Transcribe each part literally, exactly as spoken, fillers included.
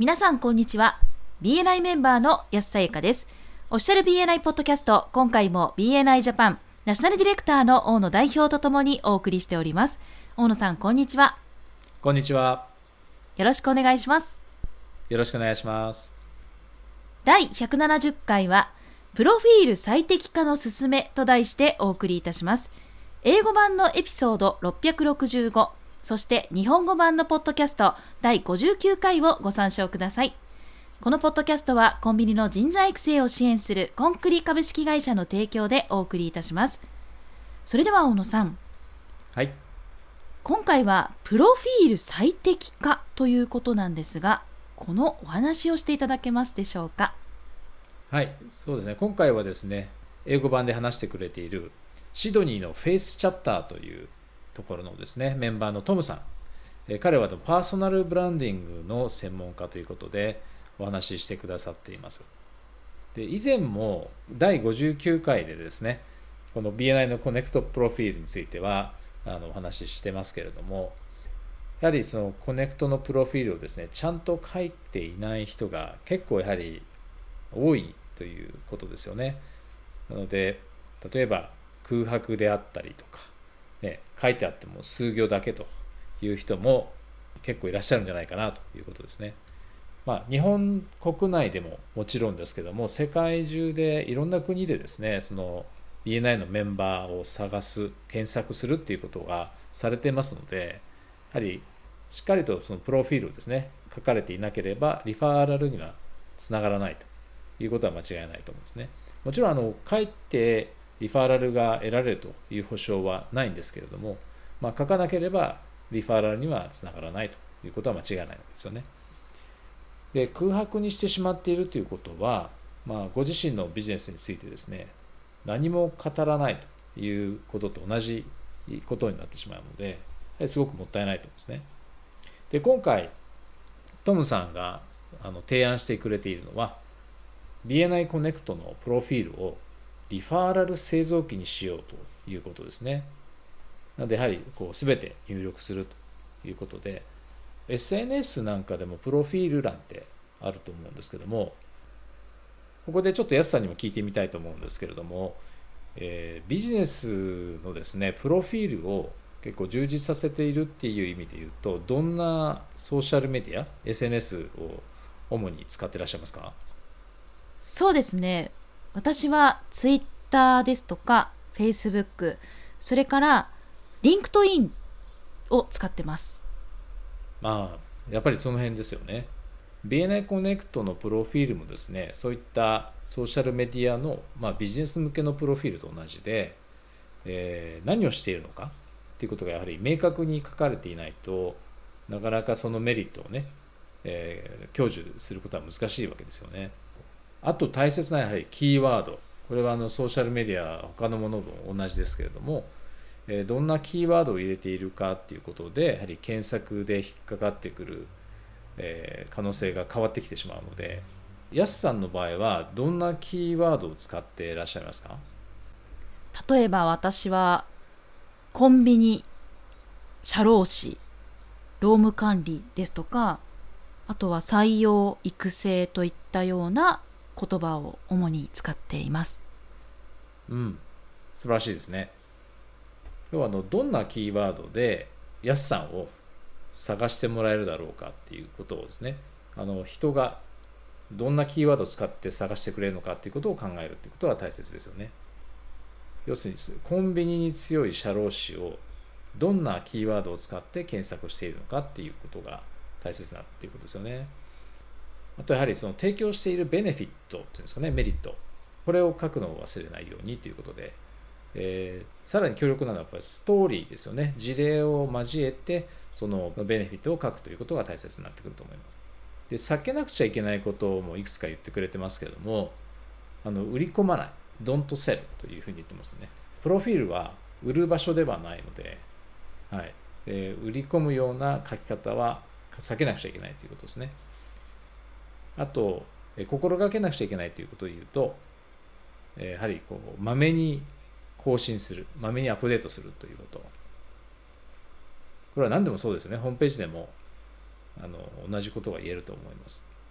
皆さんこんにちは。 ビーエヌアイ メンバーの安さゆかです。オフィシャル ビーエヌアイ ポッドキャスト、今回も ビーエヌアイ ジャパンナショナルディレクターの大野代表とともにお送りしております。大野さんこんにちは。 こんにちは。 よろしくお願いします。 よろしくお願いします。 だいひゃくななじゅっかいはプロフィール最適化のすすめと題してお送りいたします。英語版のエピソードろっぴゃくろくじゅうご、そして日本語版のポッドキャストだいごじゅうきゅうかいをご参照ください。このポッドキャストはコンビニの人材育成を支援するコンクリ株式会社の提供でお送りいたします。それでは大野さん、 はい、 今回はプロフィール最適化ということなんですが、このお話をしていただけますでしょうか。 はい、そうですね。今回はですね、英語版で話してくれているシドニーのフェイスチャッターというところのですね、メンバーのトムさん。え彼はパーソナルブランディングの専門家ということでお話ししてくださっています。で、以前もだいごじゅうきゅうかいでですね、この ビーエヌアイ のコネクトプロフィールについてはあのお話ししてますけれども、やはりそのコネクトのプロフィールをですね、ちゃんと書いていない人が結構やはり多いということですよね。なので、例えば空白であったりとか、ね、書いてあっても数行だけという人も結構いらっしゃるんじゃないかなということですね。まあ、日本国内でももちろんですけども、世界中でいろんな国でですね、その ビーエヌアイ のメンバーを探す、検索するっていうことがされていますので、やはりしっかりとそのプロフィールをですね、書かれていなければリファーラルにはつながらないということは間違いないと思うんですね。もちろんあの書いてリファーラルが得られるという保証はないんですけれども、まあ、書かなければリファーラルにはつながらないということは間違いないわけですよね。で、空白にしてしまっているということは、まあ、ご自身のビジネスについてですね、何も語らないということと同じことになってしまうので、すごくもったいないと思うんですね。で、今回トムさんがあの提案してくれているのは ビーエヌアイ コネクトのプロフィールをリファーラル製造機にしようということですね。なのでやはりこう全て入力するということで、 エスエヌエス なんかでもプロフィール欄ってあると思うんですけども、ここでちょっと安さんにも聞いてみたいと思うんですけれども、えー、ビジネスのですねプロフィールを結構充実させているっていう意味で言うと、どんなソーシャルメディア エスエヌエス を主に使っていらっしゃいますか？ そうですね、私はツイッターですとかフェイスブック、それからリンクトインを使ってます。 まあやっぱりその辺ですよね。 ビーエヌアイ コネクトのプロフィールもですね、そういったソーシャルメディアの、まあ、ビジネス向けのプロフィールと同じで、えー何をしているのかっていうことがやはり明確に書かれていないと、なかなかそのメリットをね、えー享受することは難しいわけですよね。あと大切なやはりキーワード、これはあのソーシャルメディア他のものも同じですけれども、えーどんなキーワードを入れているかっていうことで、やはり検索で引っかかってくる、えー可能性が変わってきてしまうので、やすさんの場合はどんなキーワードを使っていらっしゃいますか？ 例えば私はコンビニ、社労士、労務管理ですとか、あとは採用育成といったような言葉を主に使っています。 うん、素晴らしいですね。要はあのどんなキーワードでやすさんを探してもらえるだろうかっていうことをですね、あの人がどんなキーワードを使って探してくれるのかっていうことを考えるっていうことは大切ですよね。要するにコンビニに強い社労士をどんなキーワードを使って検索しているのかっていうことが大切なっていうことですよね。あとやはりその提供しているベネフィットっていうんですかね、メリット、これを書くのを忘れないようにということで、えーさらに強力なのはやっぱりストーリーですよね。事例を交えてそのベネフィットを書くということが大切になってくると思います。で、避けなくちゃいけないこともいくつか言ってくれてますけれども、あの売り込まない、Don't sell というふうに言ってますね。プロフィールは売る場所ではないので、はい、えー売り込むような書き方は避けなくちゃいけないということですね。あと、えー心がけなくちゃいけないということを言うと、えーやはりこうまめに更新する、まめにアップデートするということ。これは何でもそうですよね。ホームページでもあの同じことが言えると思います。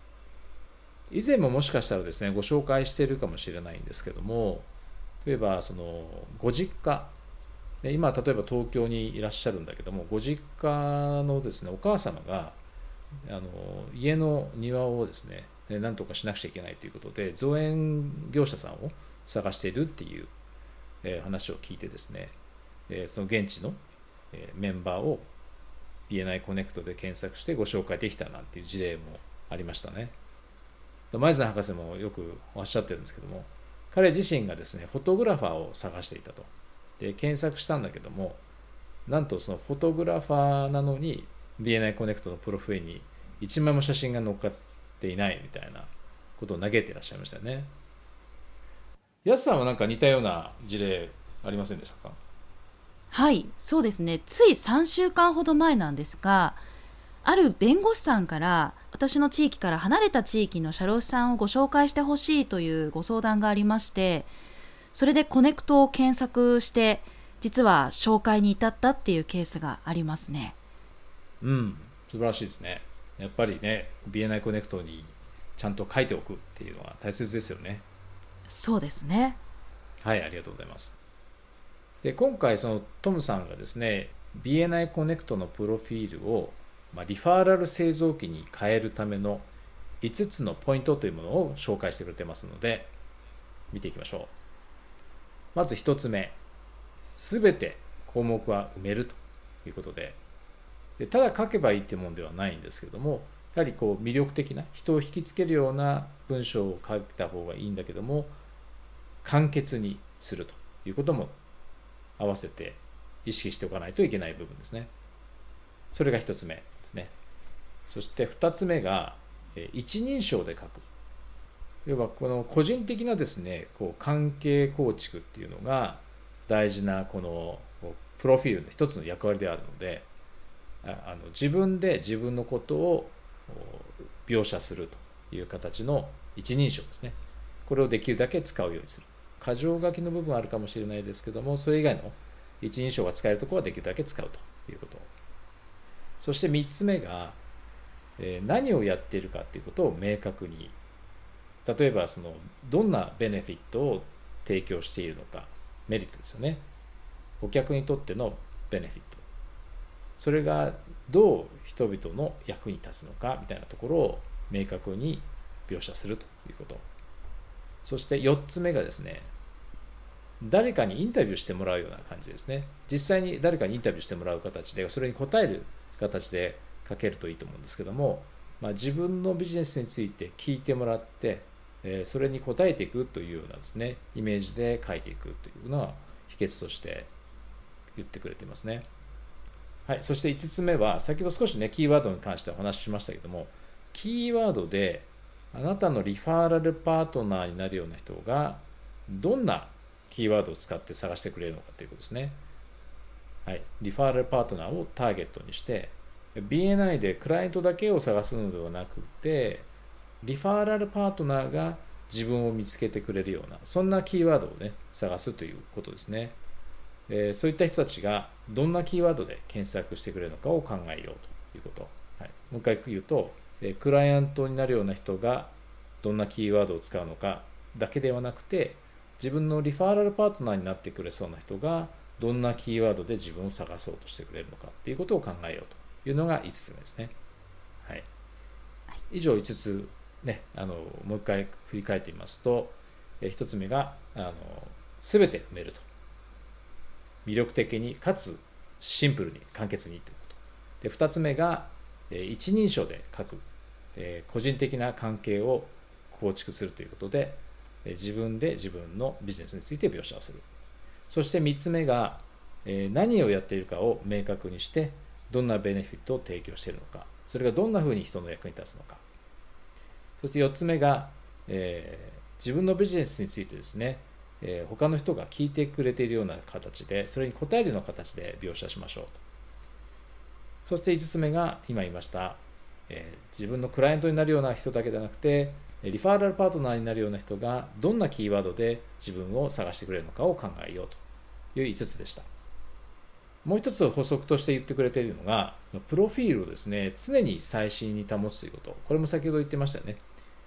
以前ももしかしたらですねご紹介しているかもしれないんですけども、例えばそのご実家、今例えば東京にいらっしゃるんだけども、ご実家のですねお母様があの家の庭をですね何とかしなくちゃいけないということで造園業者さんを探しているっていう話を聞いてですね、その現地のメンバーを ビーエヌアイ コネクトで検索してご紹介できたなんていう事例もありましたね。前津博士もよくおっしゃってるんですけども、彼自身がですねフォトグラファーを探していたと。で検索したんだけども、なんとそのフォトグラファーなのに ビーエヌアイ コネクトのプロフィールにいちまいも写真が載っかっていないみたいなことを嘆いていらっしゃいましたよね。やすさんは何か似たような事例ありませんでしたか？ はい、そうですね。ついさんしゅうかんほど前なんですが、ある弁護士さんから私の地域から離れた地域の社労士さんをご紹介してほしいというご相談がありまして、それでコネクトを検索して実は紹介に至ったっていうケースがありますね。 うん、素晴らしいですね。やっぱりね ビーエヌアイ コネクトにちゃんと書いておくっていうのは大切ですよね。 そうですね。 はい、ありがとうございます。で今回そのトムさんがですね ビーエヌアイ コネクトのプロフィールを、まあ、リファーラル製造機に変えるためのいつつのポイントというものを紹介してくれてますので見ていきましょう。まずひとつめ、すべて項目は埋めるということで、でただ書けばいいってもんではないんですけども、やはりこう魅力的な人を引きつけるような文章を書いた方がいいんだけども、簡潔にするということも合わせて意識しておかないといけない部分ですね。それがひとつめですね。そしてふたつめが一人称で書く。要はこの個人的なですねこう関係構築っていうのが大事なこのプロフィールの一つの役割であるので、あの自分で自分のことを描写するという形の一人称ですね。これをできるだけ使うようにする。箇条書きの部分はあるかもしれないですけども、それ以外の一人称が使えるところはできるだけ使うということ。そしてみっつめが、えー、何をやっているかということを明確に。例えばそのどんなベネフィットを提供しているのか、メリットですよね。顧客にとってのベネフィット。それがどう人々の役に立つのかみたいなところを明確に描写するということ。そしてよっつめがですね、誰かにインタビューしてもらうような感じですね。実際に誰かにインタビューしてもらう形で、それに答える形で書けるといいと思うんですけども、まあ、自分のビジネスについて聞いてもらって、えー、それに答えていくというようなですね、イメージで書いていくというのは秘訣として言ってくれていますね。はい、そしていつつめは、先ほど少しね、キーワードに関してお話ししましたけども、キーワードであなたのリファーラルパートナーになるような人がどんなキーワードを使って探してくれるのかということですね。はい、リファーラルパートナーをターゲットにして、ビーエヌアイ でクライアントだけを探すのではなくて、リファーラルパートナーが自分を見つけてくれるような、そんなキーワードをね、探すということですね。えー、そういった人たちがどんなキーワードで検索してくれるのかを考えようということ。はい、もう一回言うと、クライアントになるような人がどんなキーワードを使うのかだけではなくて、自分のリファーラルパートナーになってくれそうな人がどんなキーワードで自分を探そうとしてくれるのかっていうことを考えようというのがいつつめですね。はい、以上いつつね、あのもう一回振り返ってみますと、ひとつめがあの全て埋めると。魅力的にかつシンプルに簡潔にということ。で、ふたつめが一人称で書く。個人的な関係を構築するということで、自分で自分のビジネスについて描写をする。そしてみっつめが何をやっているかを明確にして、どんなベネフィットを提供しているのか、それがどんなふうに人の役に立つのか。そしてよっつめが、えー、自分のビジネスについてですね、えー、他の人が聞いてくれているような形で、それに答えるような形で描写しましょうと。そしていつつめが今言いました、えー、自分のクライアントになるような人だけではなくて、リファーラルパートナーになるような人がどんなキーワードで自分を探してくれるのかを考えようといういつつでした。もう一つ補足として言ってくれているのが、プロフィールをですね、常に最新に保つということ。これも先ほど言ってましたよね。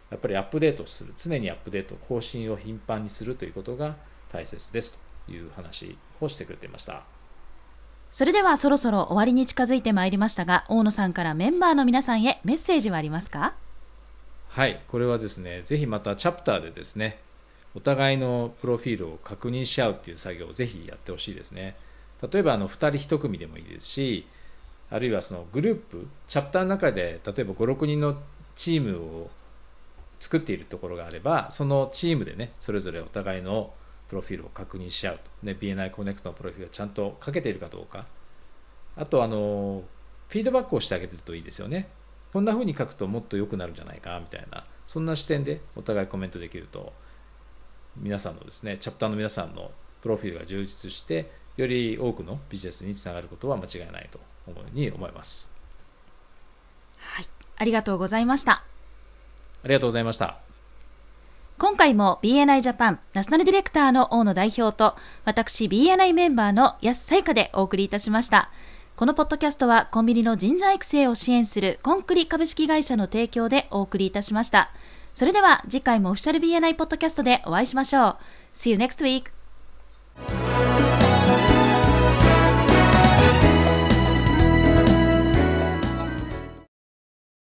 やっぱりアップデートする、常にアップデート、更新を頻繁にするということが大切ですという話をしてくれていました。 それではそろそろ終わりに近づいてまいりましたが、大野さんからメンバーの皆さんへメッセージはありますか？ はい、これはですね、ぜひまたチャプターでですね、お互いのプロフィールを確認し合うっていう作業をぜひやってほしいですね。例えばあのふたりいち組でもいいですし、あるいはそのグループ、チャプターの中で例えばご、ろくにんのチームを作っているところがあれば、そのチームでね、それぞれお互いのプロフィールを確認し合うと、ね、ビーエヌアイ コネクトのプロフィールがちゃんと書けているかどうか、あとあのフィードバックをしてあげてるといいですよね。こんな風に書くともっと良くなるんじゃないかみたいな、そんな視点でお互いコメントできると、皆さんのですね、チャプターの皆さんのプロフィールが充実して、より多くのビジネスにつながることは間違いないと思うに思います。 はい、ありがとうございました。 ありがとうございました。 今回も ビーエヌアイ ジャパンナショナルディレクターの大野代表と、私 ビーエヌアイ メンバーの安さゆかでお送りいたしました。このポッドキャストはコンビニの人材育成を支援するコンクリ株式会社の提供でお送りいたしました。それでは次回もオフィシャル ビーエヌアイ ポッドキャストでお会いしましょう。See you next week!